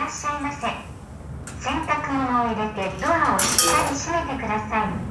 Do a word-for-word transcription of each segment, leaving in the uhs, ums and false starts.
らっしゃいませ。洗濯物を入れてドアをしっかり閉めてください。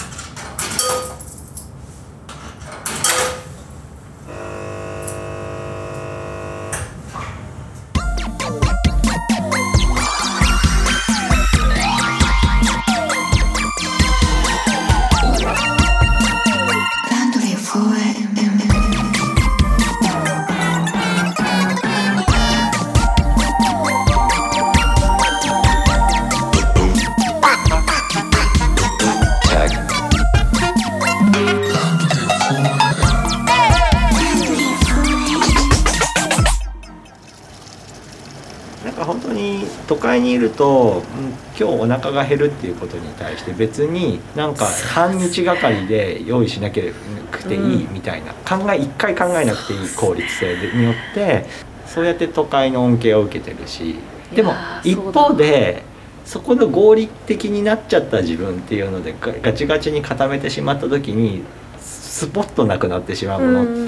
都会にいると、うん、今日お腹が減るっていうことに対して別になんか半日がかりで用意しなきゃくていいみたいな、考え一回考えなくていい効率性によってそうやって都会の恩恵を受けてるし、でも一方でそこの合理的になっちゃった自分っていうのでガチガチに固めてしまった時にスポッとなくなってしまうものって、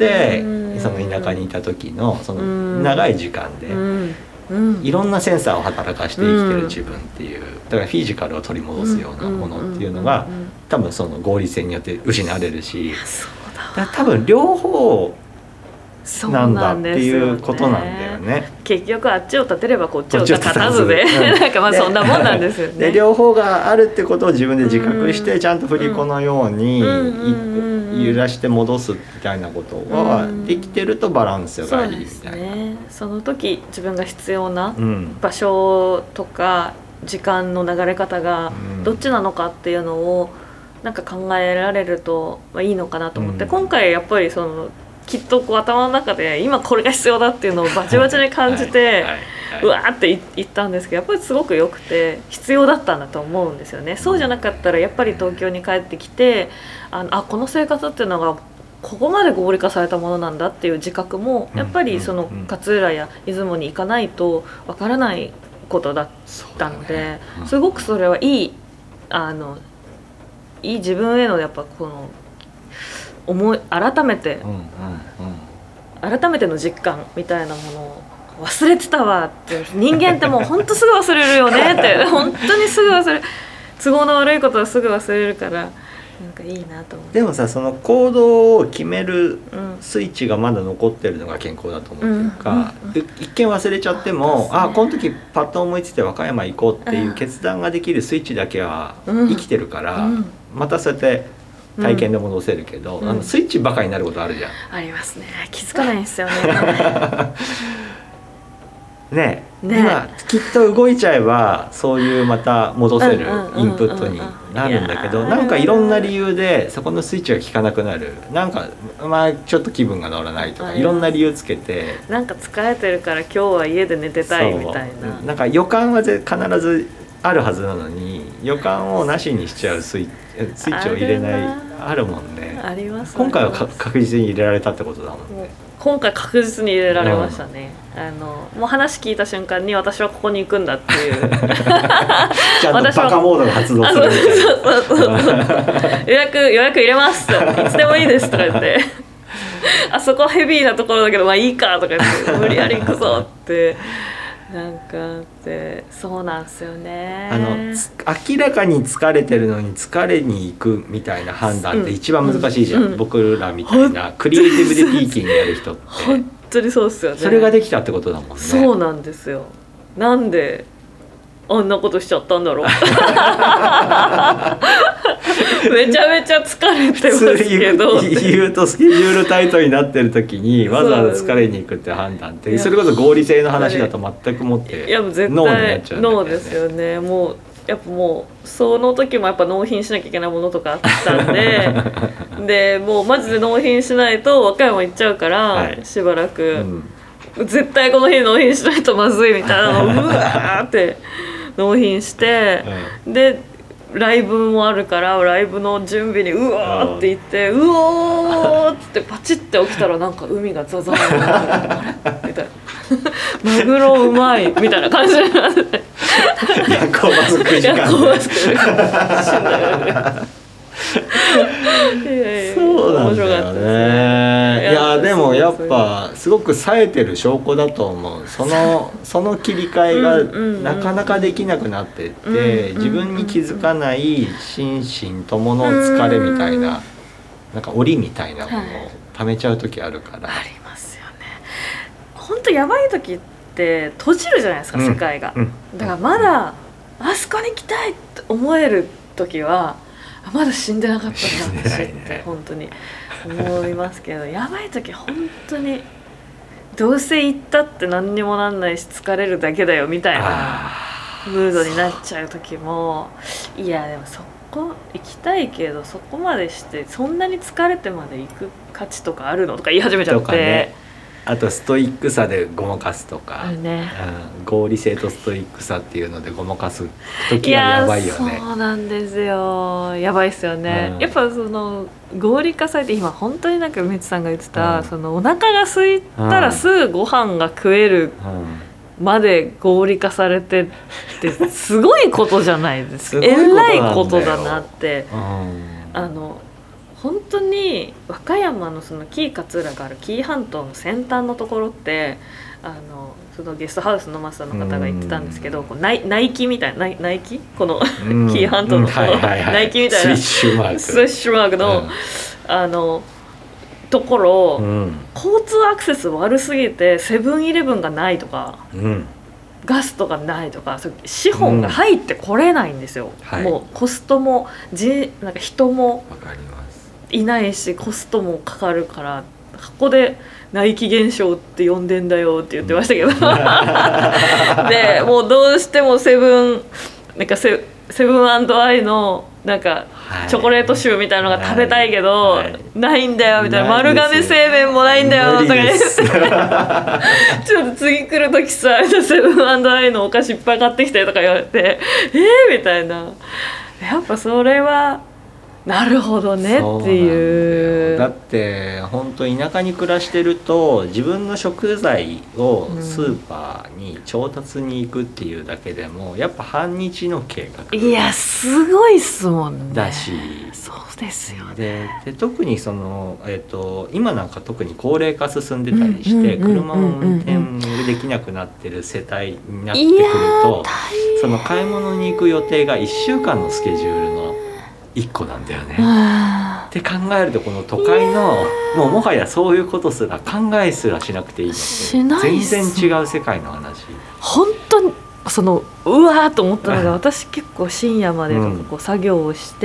その田舎にいた時のその長い時間でいろんなセンサーを働かして生きてる自分っていう、だからフィジカルを取り戻すようなものっていうのが多分その合理性によって失われるし、だから多分両方なんだっていうことなんだよね。 結局あっちを立てればこっちを立たずで、なんかまあそんなもんなんですよね。 で両方があるってことを自分で自覚してちゃんと振り子のように揺らして戻すみたいなことができてるとバランスがいいみたいな。そうですね。 その時自分が必要な場所とか時間の流れ方がどっちなのかっていうのをなんか考えられるといいのかなと思って、今回やっぱりそのきっとこう頭の中で今これが必要だっていうのをバチバチに感じてうわーって言ったんですけど、やっぱりすごく良くて必要だったんだと思うんですよね。そうじゃなかったらやっぱり東京に帰ってきてあのあこの生活っていうのがここまで合理化されたものなんだっていう自覚もやっぱりその勝浦や出雲に行かないとわからないことだったので、すごくそれはいいあのいい自分へのやっぱこの思い改めて、うんうんうん、改めての実感みたいなものを忘れてたわって、人間ってもう本当すぐ忘れるよねって本当にすぐ忘れる、都合の悪いことはすぐ忘れるからなんかいいなと思って。 でもさ、その行動を決めるスイッチがまだ残ってるのが健康だと思うっていうか、うんうんうん、一見忘れちゃっても、あ、ね、あこの時パッと思いついて和歌山行こうっていう決断ができるスイッチだけは生きてるから、うんうん、またそうやって体験で戻せるけど、うん、あのスイッチばかりになることあるじゃん。 ありますね。気づかないんですよね。 ねえ、ね、今きっと動いちゃえばそういうまた戻せるインプットになるんだけど、なんかいろんな理由でそこのスイッチが効かなくなる、なんかまあちょっと気分が乗らないとかいろんな理由つけて、 なんか疲れてるから今日は家で寝てたいみたいな、 なんか予感は必ずあるはずなのに予感をなしにしちゃうスイッチ、スイッチを入れない、あるもんね。 あります。 今回は確実に入れられたってことだもんね。 今回確実に入れられましたね、うん、あのもう話聞いた瞬間に私はここに行くんだっていうちゃんとバカモードが発動するみたいな。そうそうそうそう予約予約入れますといつでもいいですとか言ってあそこヘビーなところだけどまあいいかとか言って無理やり行くぞってなんかってそうなんですよね。 あの明らかに疲れてるのに疲れに行くみたいな判断って一番難しいじゃん、うんうん、僕らみたいなクリエイティブでピーキングやる人って本当にそうですよね。 それができたってことだもんね。 そうなんですよ。なんであんなことしちゃったんだろうめちゃめちゃ疲れてますけど言うとスケジュールタイトになってる時にわざわざ疲れに行くって判断ってそれこそ合理性の話だと全くもってノーになっちゃうんだよね。 ノーですよね。もうやっぱもうその時もやっぱ納品しなきゃいけないものとかあったんででもうマジで納品しないと和歌山行っちゃうから、はい、しばらく、うん、絶対この日納品しないとまずいみたいなのをうわーって納品して、うん、でライブもあるからライブの準備にうわーって言ってうおーってパチって起きたらなんか海がザザーッみたいなマグロうまいみたいな感じになって夜行バスくじかんでそうなんだよね。いやでもやっぱすごく冴えてる証拠だと思う。そのその切り替えがなかなかできなくなってって、自分に気づかない心身ともの疲れみたいな、なんか檻みたいなものを溜めちゃう時あるから。 ありますよね。本当やばい時って閉じるじゃないですか、世界が。だからまだあそこに行きたいって思える時はまだ死んでなかったんだ私って本当に思いますけど、やばい時本当にどうせ行ったって何にもなんないし疲れるだけだよみたいなムードになっちゃう時も、いやでもそこ行きたいけどそこまでしてそんなに疲れてまで行く価値とかあるのとか言い始めちゃって、 あとストイックさでごまかすとか、 ね、 うん、合理性とストイックさっていうのでごまかす時がやばいよね。 いやそうなんですよ、やばいですよね、うん、やっぱその合理化されて今本当になんか梅津さんが言ってた、うん、そのお腹が空いたらすぐご飯が食えるまで合理化されてってすごいことじゃないですか。えらいことだなって、うん、あの本当に和歌山のその紀伊勝浦がある紀伊半島の先端のところってあのそのゲストハウスのマスターの方が言ってたんですけど、こう内内気みたいな内内気この紀伊半島の内気みたいなスイッシュマークスイッシュマークの、うん、あのところ、うん、交通アクセス悪すぎてセブンイレブンがないとか、うん、ガストがないとか資本が入ってこれないんですよ、うん、もうコストもじなんか人もわかりますいないしコストもかかるからここで内気現象って呼んでんだよって言ってましたけど、うん、でもうどうしてもセブンなんかセ、セブン&アイのなんかチョコレートシューみたいなのが食べたいけど、はい、ないんだよみたいな、丸亀製麺もないんだよとか言ってちょっと次来る時さセブン&アイのお菓子いっぱい買ってきてとか言われてえーみたいな、やっぱそれはなるほどねっていう。 だって本当田舎に暮らしてると自分の食材をスーパーに調達に行くっていうだけでもやっぱ半日の計画、 いやすごいっすもんね。 だしそうですよね。 でで特にその、えーと、今なんか特に高齢化進んでたりして車も運転できなくなってる世帯になってくると、その買い物に行く予定がいっしゅうかんのスケジュールのいっこなんだよね。って考えるとこの都会のもうもはやそういうことすら考えすらしなくていいのって全然違う世界の話。 本当にそのうわーと思ったのが私結構深夜までとかこう作業をして、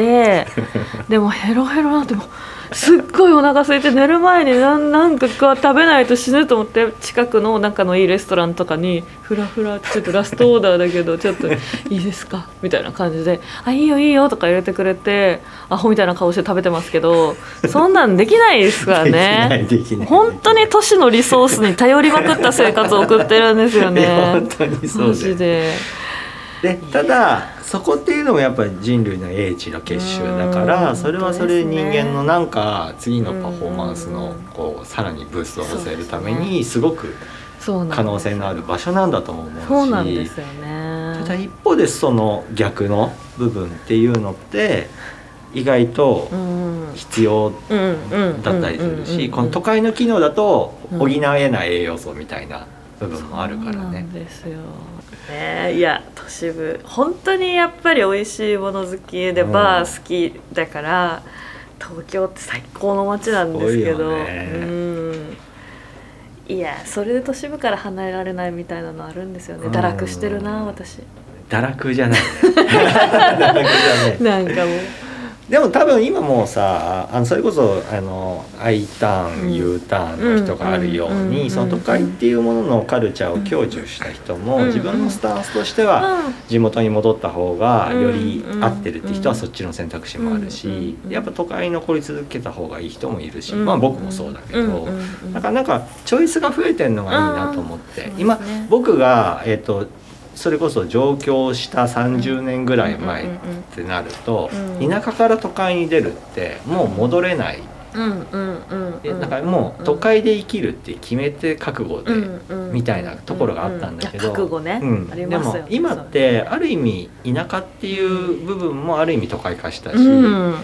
うん、でもヘロヘロなってもすっごいお腹空いて寝る前に何なんか食べないと死ぬと思って近くの仲のいいレストランとかにフラフラちょっとラストオーダーだけどちょっといいですかみたいな感じであいいよいいよとか入れてくれてアホみたいな顔して食べてますけどそんなんできないですからねできないできない本当に都市のリソースに頼りまくった生活を送ってるんですよね本当にそうですマジで。 でただそこっていうのもやっぱり人類の英知の結集だからそれはそれで人間のなんか次のパフォーマンスのこうさらにブーストをさせるためにすごく可能性のある場所なんだとも思うし、 そうなんですよね。 ただ一方でその逆の部分っていうのって意外と必要だったりするし、この都会の機能だと補えない栄養素みたいな部分もあるからね。そうなんですよね。いや都市部本当にやっぱり美味しいもの好きでバー好きだから、うん、東京って最高の街なんですけど、ね、うんいやそれで都市部から離れられないみたいなのあるんですよね。堕落してるな私。 堕落じゃないね堕落じゃないなんかもうでも多分今もうさあのそれこそあの I ターン、うん、U ターンの人があるように、うん、その都会っていうもののカルチャーを享受した人も、うん、自分のスタンスとしては、うん、地元に戻った方がより合ってるって人はそっちの選択肢もあるし、やっぱ都会に残り続けた方がいい人もいるし、まあ僕もそうだけど、なんかなんかチョイスが増えてるのがいいなと思って、今僕がえっとそれこそ上京したさんじゅうねんぐらい前ってなると、田舎から都会に出るってもう戻れない、だからもう都会で生きるって決めて覚悟でみたいなところがあったんだけど、 覚悟ね、 でも今ってある意味田舎っていう部分もある意味都会化したし、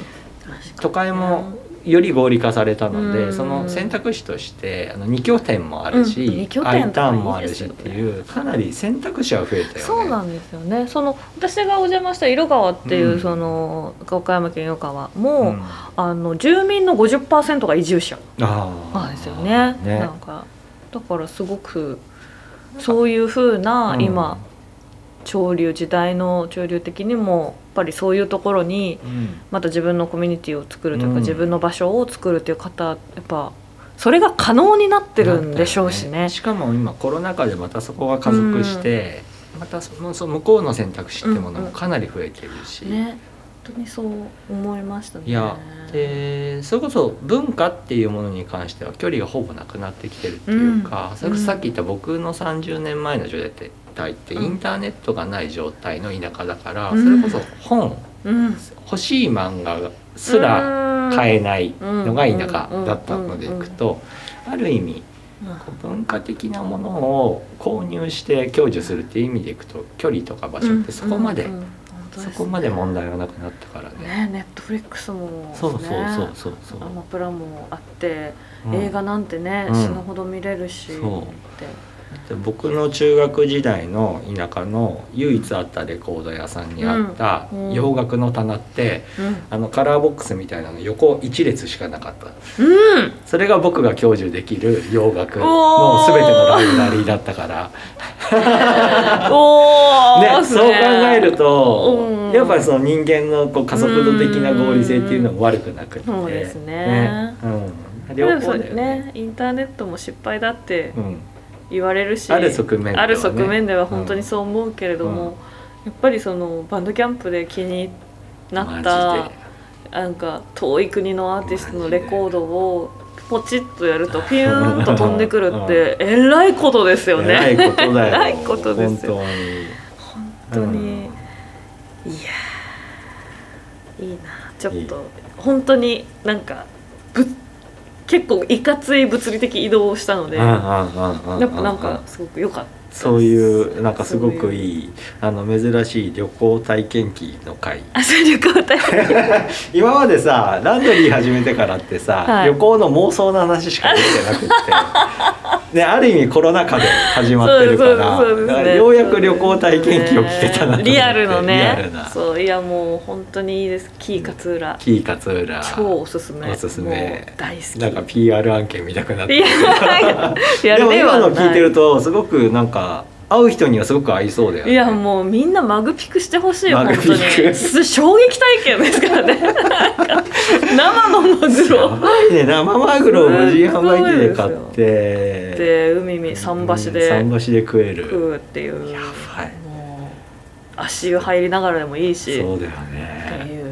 都会もより合理化されたので、 うん、 その選択肢としてあのに拠点もあるし、 うん、 I ターンもあるしっていうかなり選択肢は増えたよね。 そうなんですよね。その私がお邪魔した色川っていう、うん、その岡山県色川も、うん、あの住民の ごじゅっパーセント が移住者なんですよね。ね、なんかだからすごくそういう風な今、うん、潮流時代の潮流的にもやっぱりそういうところにまた自分のコミュニティを作るというか、うん、自分の場所を作るという方やっぱそれが可能になってるんでしょうし ね, ねしかも今コロナ禍でまたそこが加速して、うん、またそのその向こうの選択肢ってものもかなり増えてるし、 うんうんね、本当にそう思いましたね。 いやでそれこそ文化っていうものに関しては距離がほぼなくなってきてるっていうか、うん、それこそさっき言った僕のさんじゅうねんまえの状態ってってインターネットがない状態の田舎だから、うん、それこそ本、うん、欲しい漫画すら買えないのが田舎だったのでいくと、ある意味文化的なものを購入して享受するっていう意味でいくと距離とか場所ってそこまで、うんうんうんそこまで問題はなくなったからね。 ね、ネットフリックスも、ね、 そうそうそうそうそう。 アマプラもあって、うん、映画なんてね、うん、死ぬほど見れるし。そうで僕の中学時代の田舎の唯一あったレコード屋さんにあった洋楽の棚って、うん、あのカラーボックスみたいなの横一列しかなかった、うん、それが僕が享受できる洋楽の全てのライブラリーだったからおね、そう考えると、うん、やっぱりその人間のこう加速度的な合理性っていうのも悪くなくて、 そうですね、 ね、うん、両方だよね。 インターネットも失敗だって言われるし、 ある側面ではね、 ある側面では本当にそう思うけれども、うん、やっぱりそのバンドキャンプで気になったなんか遠い国のアーティストのレコードをポチッとやるとピューンと飛んでくるってえらいことですよね。 えらいことだよ。 えらいことですよ。 本当に、本当に、うん、いやいいな。ちょっと本当になんかぶ結構いかつい物理的移動をしたので、やっぱなんかすごく良かった。 そういうなんかすごくいいあの珍しい旅行体験記の回。 あ、そう旅行体験記今までさランドリー始めてからってさ、はい、旅行の妄想の話しか出てなくってね、ある意味コロナ禍で始まってるから、ね、だからようやく旅行体験記を聞けたなと思って、 リアルのね、 リアルなそういやもう本当にいいです。キー勝浦、 キー勝浦超おすすめ、 おすすめ、 大好き。 なんか ピーアール 案件見たくなってでも今の聞いてるとすごくなんか会う人にはすごく合いそうだよね。 いやもうみんなマグピクしてほしいよ本当に。衝撃体験ですからね。生のマグロ。やばいね、生マグロを無人販売機で買って、 で海に桟橋で桟橋で食える。 食うっていう。 やばい。 もう足湯入りながらでもいいし。 そうだよね。 っていう。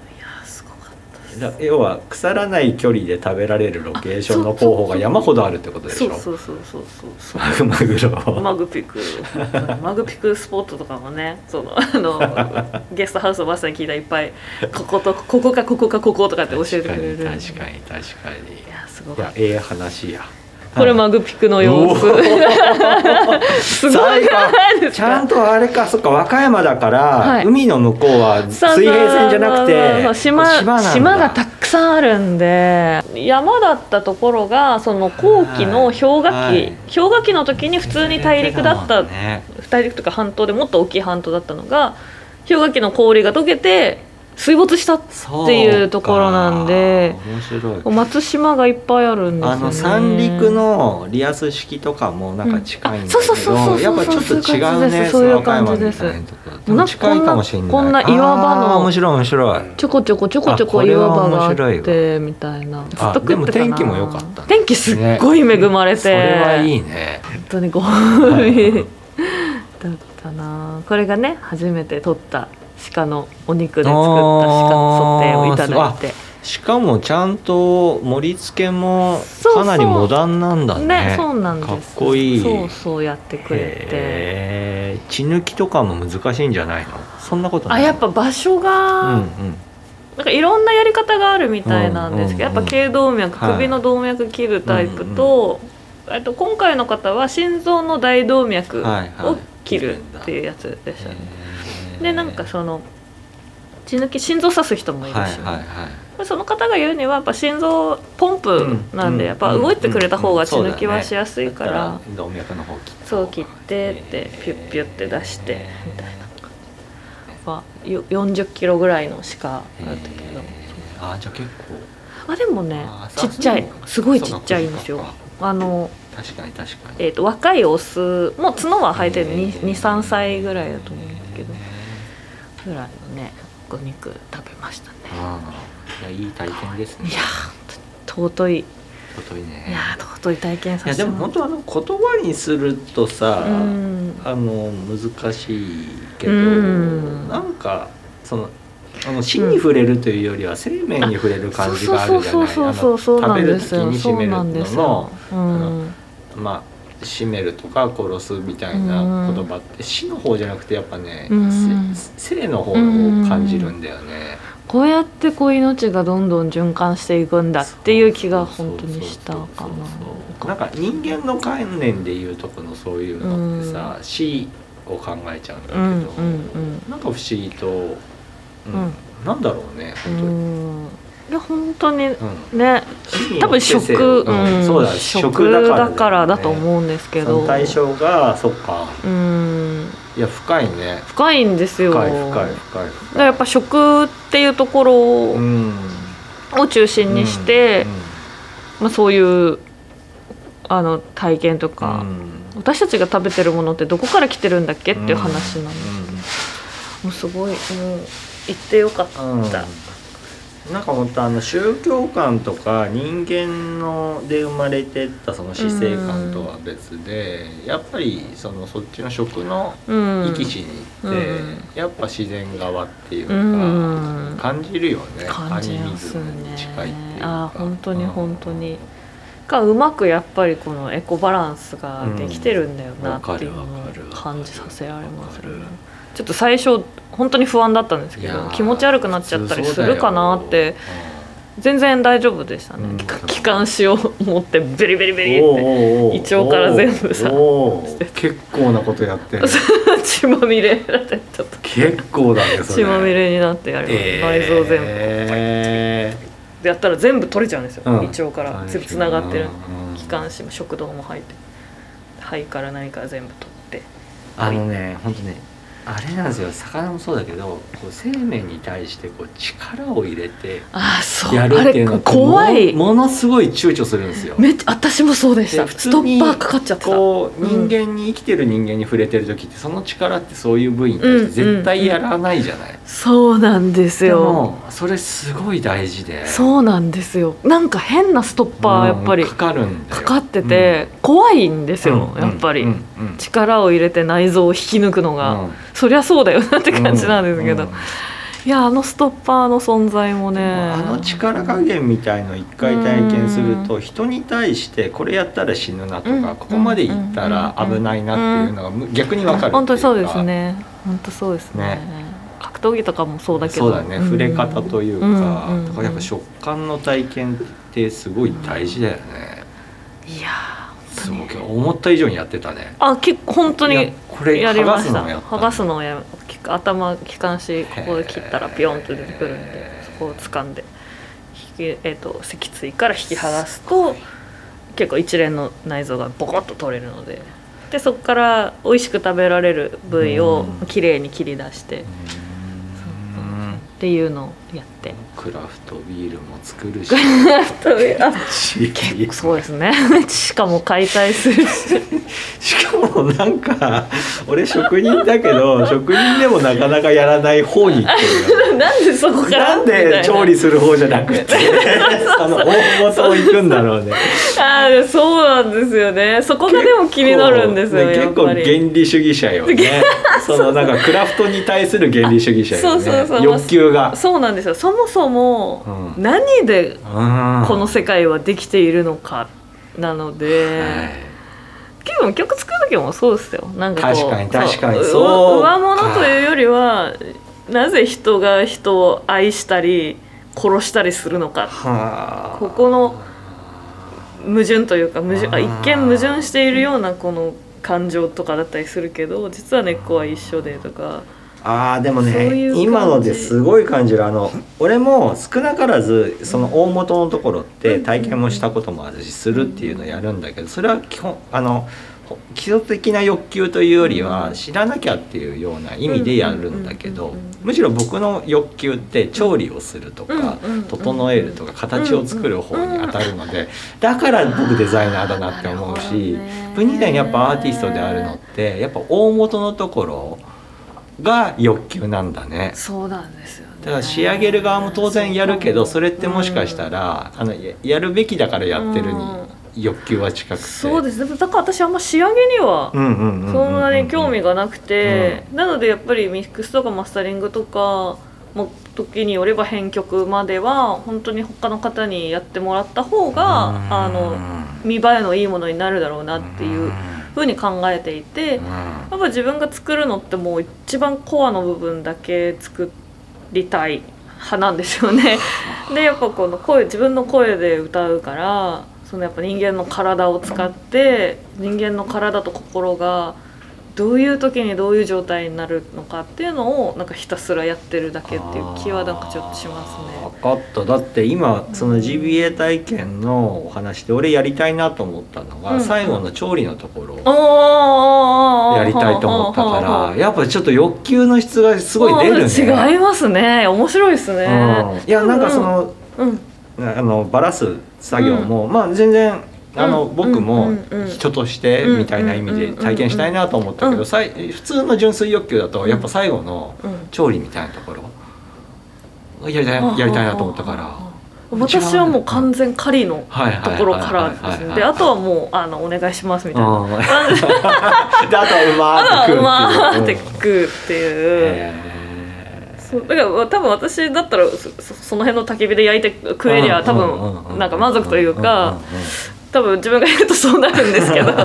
要は腐らない距離で食べられるロケーションの候補が山ほどあるってことでしょ。 そうそうそうそうそう。 マグマグロマグピクマグピクスポットとかもね、そのあのゲストハウスのバスに聞いたらいっぱいこことここかここかこことかって教えてくれる。 確かに確かに。いやすごい。いやええ話や。 これマグピクの様子。すごいじゃないですか。 ちゃんとあれか、そっか和歌山だから、はい、海の向こうは水平線じゃなくて島島がたくさんあるんで、山だったところがその後期の氷河期、はい、氷河期の時に普通に大陸だった、ね、大陸とか半島でもっと大きい半島だったのが氷河期の氷が溶けて水没したっていうところなんで、 面白い。 松島がいっぱいあるんですよね。 あの三陸のリアス式とかもなんか近いんだけど、やっぱちょっと違うね。 そういう感じです。 でも近いかもしれない。 こんな岩場の面白い面白い。 ちょこちょこちょこちょこ岩場があってみたいな。 あ、でも天気も良かった。 天気すっごい恵まれて。それはいいね。 本当にご褒美だったな。これがね初めて撮った鹿のお肉で作った鹿ソテーをいただいて、 しかもちゃんと盛り付けもかなりモダンなんだ ね, ねそうなんです。 かっこいい。 そうそうやってくれて、 血抜きとかも難しいんじゃないの？そんなことない？ あ、やっぱ場所が、うんうん、なんかいろんなやり方があるみたいなんですけど、うんうんうん、やっぱ頸動脈、首の動脈切るタイプと、はい、あと今回の方は心臓の大動脈を切るっていうやつでしたね。でなんかその血抜き心臓刺す人もいるし、 はいはいはい、 その方が言うにはやっぱ心臓ポンプなんで、やっぱ動いてくれた方が血抜きはしやすいから、 動脈の方切って、 そう切ってってピュッピュッて出してみたいな、まあ、よんじゅっキロぐらいの鹿だったけど、 あじゃあ結構あでもねちっちゃい、すごいちっちゃいんですよ。あの確かに確かに、 えー、と若いオスも角は生えてるにさんさいぐらいだと思うんだけどぐらいのねお肉食べましたね。 あいやいい体験ですね。 いや尊い尊いね。 いや尊い体験させていやでも本当あの言葉にするとさ、うん、あの難しいけど、うん、なんかそのあの死に触れるというよりは生命に触れる感じがあるじゃない。食べる時に締めるのの、うん、まあ締めるとか殺すみたいな言葉って死の方じゃなくてやっぱね、うん、生の方を感じるんだよね。 こうやってこう命がどんどん循環していくんだっていう気が本当にしたかな。 なんか人間の観念でいうとこのそういうのってさ、うん、死を考えちゃうんだけど、うんうんうん、なんか不思議と、うんうん、なんだろうね本当に。うんいや本当にね、うん、多分食、うん、そうだ食だから、ね、だからだと思うんですけど、 その対象がそっか、うんいや深いね。 深いんですよ。 深い深い深い深い。だからやっぱ食っていうところを中心にして、うんうんまあ、そういうあの体験とか、うん、私たちが食べてるものってどこから来てるんだっけっていう話なので、うんうん、もうすごいもう行ってよかった。うんなんか本当あの宗教観とか人間ので生まれてったその死生観とは別で、うん、やっぱりそのそっちの食の生き死にって、うん、やっぱ自然側っていうか、うん、感じるよね。 感じますね。に近いっていうか。あ本当に本当に。がうまくやっぱりこのエコバランスができてるんだよなっていうのを感じさせられますね。ちょっと最初本当に不安だったんですけど気持ち悪くなっちゃったりするかなって全然大丈夫でしたね、うん、気管支を持ってベリベリベリって胃腸から全部さ結構なことやってる血まみれだってちょっと結構だねそれ血まみれになってやります、えー、内臓全部えー、やったら全部取れちゃうんですよ、うん、胃腸から全部つながってる気管支も食道も入って肺から何から全部取ってあのね本当ねあれなんですよ魚もそうだけどこう生命に対してこう力を入れてやるっていうのは怖いも, ものすごい躊躇するんですよ。 めっちゃ私もそうでした。普通にストッパーかかっちゃってた。 こう人間に生きてる人間に触れてる時ってその力ってそういう部位に対して絶対やらないじゃない、うんうんうん、 そうなんですよ。 でもそれすごい大事でそうなんですよ。なんか変なストッパーやっぱりかかるんだよ。 かかってて、うん、怖いんですよ、うん、やっぱり、うんうん、力を入れて内臓を引き抜くのが、うん、そりゃそうだよなって感じなんですけど、うんうん、いやあのストッパーの存在もねあの力加減みたいの一回体験すると人に対してこれやったら死ぬなとか、うん、ここまで行ったら危ないなっていうのが逆に分かるっていうか、 本当にそうですね本当そうですね、ね格闘技とかもそうだけどそうだね触れ方というか、うんうんうん、だからやっぱ食感の体験ってすごい大事だよね、 うん、いやすごく思った以上にやってたね。 あ結構本当にやりました。 剥がすのをや頭気管支ここで切ったらピョンと出てくるんでそこを掴んで引き、えー、と脊椎から引き剥がすと結構一連の内臓がボコッと取れるので、でそこから美味しく食べられる部位をきれいに切り出してっていうのをやってクラフトビールも作るしクラフトビールあ結構そうですねしかも解体するししかもなんか俺職人だけど職人でもなかなかやらない方に行ってるなんでそこからなんで調理する方じゃなくてあの大元を行くんだろうねあそうなんですよね。そこがでも気になるんですよ、ね、 結構原理主義者よねそのなんかクラフトに対する原理主義者よねそうそうそう欲求がそうなんですよ。そもそも何でこの世界はできているのかなので、はい、結構曲作る時もそうですよ。なんかこう確かに確かにそう上物というよりはなぜ人が人を愛したり殺したりするのか、ここの矛盾というか矛盾あ一見矛盾しているようなこの感情とかだったりするけど実は根っこは一緒でとかあーでもねそういう感じ今のですごい感じる。あの俺も少なからずその大元のところって体験もしたこともあるしするっていうのをやるんだけど、それは基本あの基礎的な欲求というよりは知らなきゃっていうような意味でやるんだけど、むしろ僕の欲求って調理をするとか整えるとか形を作る方に当たるので、だから僕デザイナーだなって思うし、プニーダにやっぱアーティストであるのってやっぱ大元のところが欲求なんだね。 そうなんですよね。 だから仕上げる側も当然やるけど、それってもしかしたらあの や, やるべきだからやってるに欲求は近くて、 そうですね。だから私あんま仕上げにはそんなに興味がなくて、なのでやっぱりミックスとかマスタリングとかも時によれば編曲までは本当に他の方にやってもらった方があの見栄えのいいものになるだろうなっていうふうに考えていて、やっぱ自分が作るのってもう一番コアの部分だけ作りたい派なんですよね。でやっぱこの声自分の声で歌うから、そのやっぱ人間の体を使って人間の体と心がどういう時にどういう状態になるのかっていうのをなんかひたすらやってるだけっていう気はなんかちょっとしますね。 分かった。だって今その ジービーエー 体験のお話で俺やりたいなと思ったのが、うん、最後の調理のところをやりたいと思ったから、やっぱちょっと欲求の質がすごい出るね。 違いますね。面白いですね、 うん、いやなんかその、うんうん、あのバラす作業も、うん、まあ全然あの、うん、僕も人としてみたいな意味で体験したいなと思ったけど、さい普通の純粋欲求だとやっぱ最後の調理みたいなところやりたい、やりたいなと思ったから、 私はもう完全狩りのところからですね。であとはもうあのお願いしますみたいな。であとはうまーって食うっていう。そうだから多分私だったら そ, その辺の焚き火で焼いて食えりゃ多分なんか満足というか、多分自分が言うとそうなるんですけど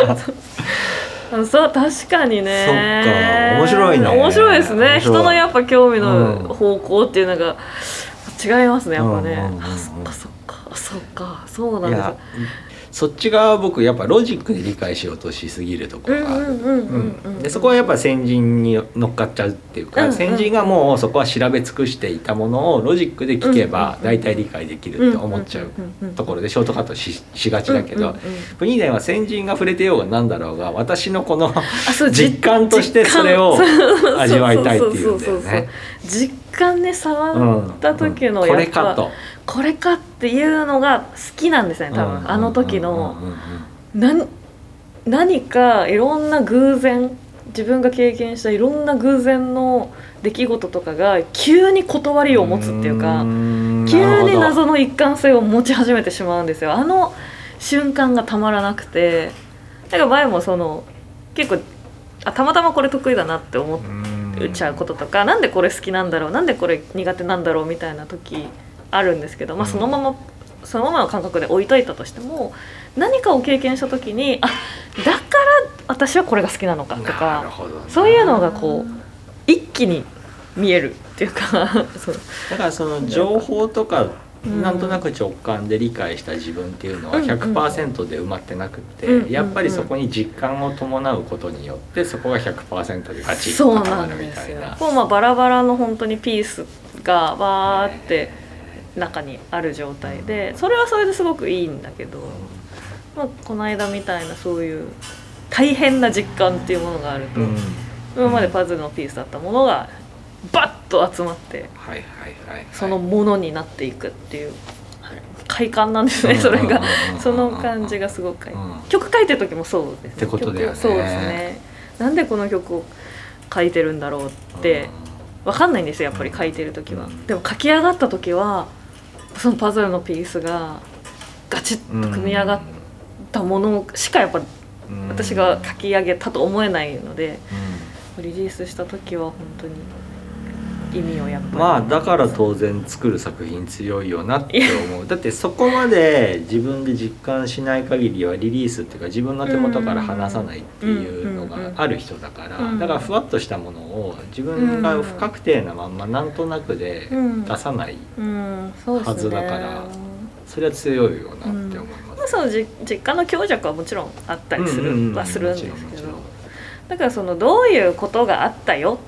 そう確かにね。 そっか面白いね。 面白いですね。人のやっぱ興味の方向っていうのが違いますねやっぱね。あそっかそっかそっかそうなんです。 そっち側は僕やっぱロジックで理解しようとしすぎるところがある。でそこはやっぱ先人に乗っかっちゃうっていうか、先人がもうそこは調べ尽くしていたものをロジックで聞けば大体理解できるって思っちゃうところでショートカット し, しがちだけど、プニーダイは先人が触れてようがなんだろうが私のこの実感としてそれを味わいたいっていうんだよね。 実感ね触った時のやっぱ、うんうん、これかとこれかっていうのが好きなんですね多分。あの時の何何かいろんな偶然、自分が経験したいろんな偶然の出来事とかが急に断りを持つっていうか、急に謎の一貫性を持ち始めてしまうんですよ。あの瞬間がたまらなくて、だから前もその結構あたまたまこれ得意だなって思っちゃうこととか、なんでこれ好きなんだろう、なんでこれ苦手なんだろうみたいな時あるんですけど、まあ、そのままそのままの感覚で置いといたとしても、何かを経験した時にあだから私はこれが好きなのかとか、そういうのがこう一気に見えるっていうかそうだからその情報とかなんとなく直感で理解した自分っていうのは ひゃくパーセント で埋まってなくて、やっぱりそこに実感を伴うことによってそこが ひゃくパーセント でガチッと固まるみたいな。 こうまあバラバラの本当にピースがバーって中にある状態で、それはそれですごくいいんだけど、まあ、この間みたいなそういう大変な実感っていうものがあると、うん、今までパズルのピースだったものがバッと集まってそのものになっていくっていう快感なんですね。それがその感じがすごく、うん、曲書いてる時もそうですね。 ってことだよね。 そうですね。なんでこの曲を書いてるんだろうって分かんないんですよやっぱり書いてる時は。でも書き上がった時はそのパズルのピースがガチッと組み上がったものしかやっぱ私が書き上げたと思えないので、リリースした時は本当に意味をやっぱり、 まあだから当然作る作品強いよなって思う。だってそこまで自分で実感しない限りはリリースっていうか自分の手元から離さないっていうのがある人だから、だからふわっとしたものを自分が不確定なまんまなんとなくで出さないはずだから、それは強いよなって思います。 まあ、その実感の強弱はもちろんあったりするはするんですけど、だからそのどういうことがあったよっ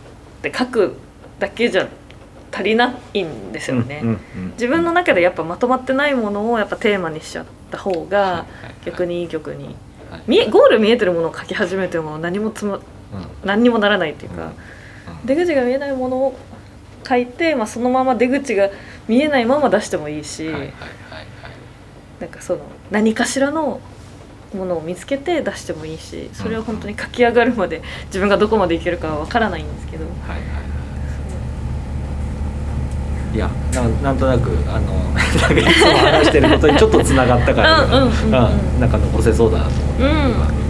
って書くだけじゃ足りないんですよね、 うんうんうん、 自分の中でやっぱまとまってないものをやっぱテーマにしちゃった方が逆にいい曲に、はい、見えゴール見えてるものを書き始めても何もつま、うん、何にもならないっていうか、うんうん、出口が見えないものを書いて、まあ、そのまま出口が見えないまま出してもいいし、はいはいはいはい、なんかその何かしらのものを見つけて出してもいいし、それは本当に書き上がるまで自分がどこまでいけるかは分からないんですけど、はいはいいや な, なんとなくあのなんかいつも話してることにちょっとつながったから、うんうんうんうん、なんか残せそうだなと思って、うん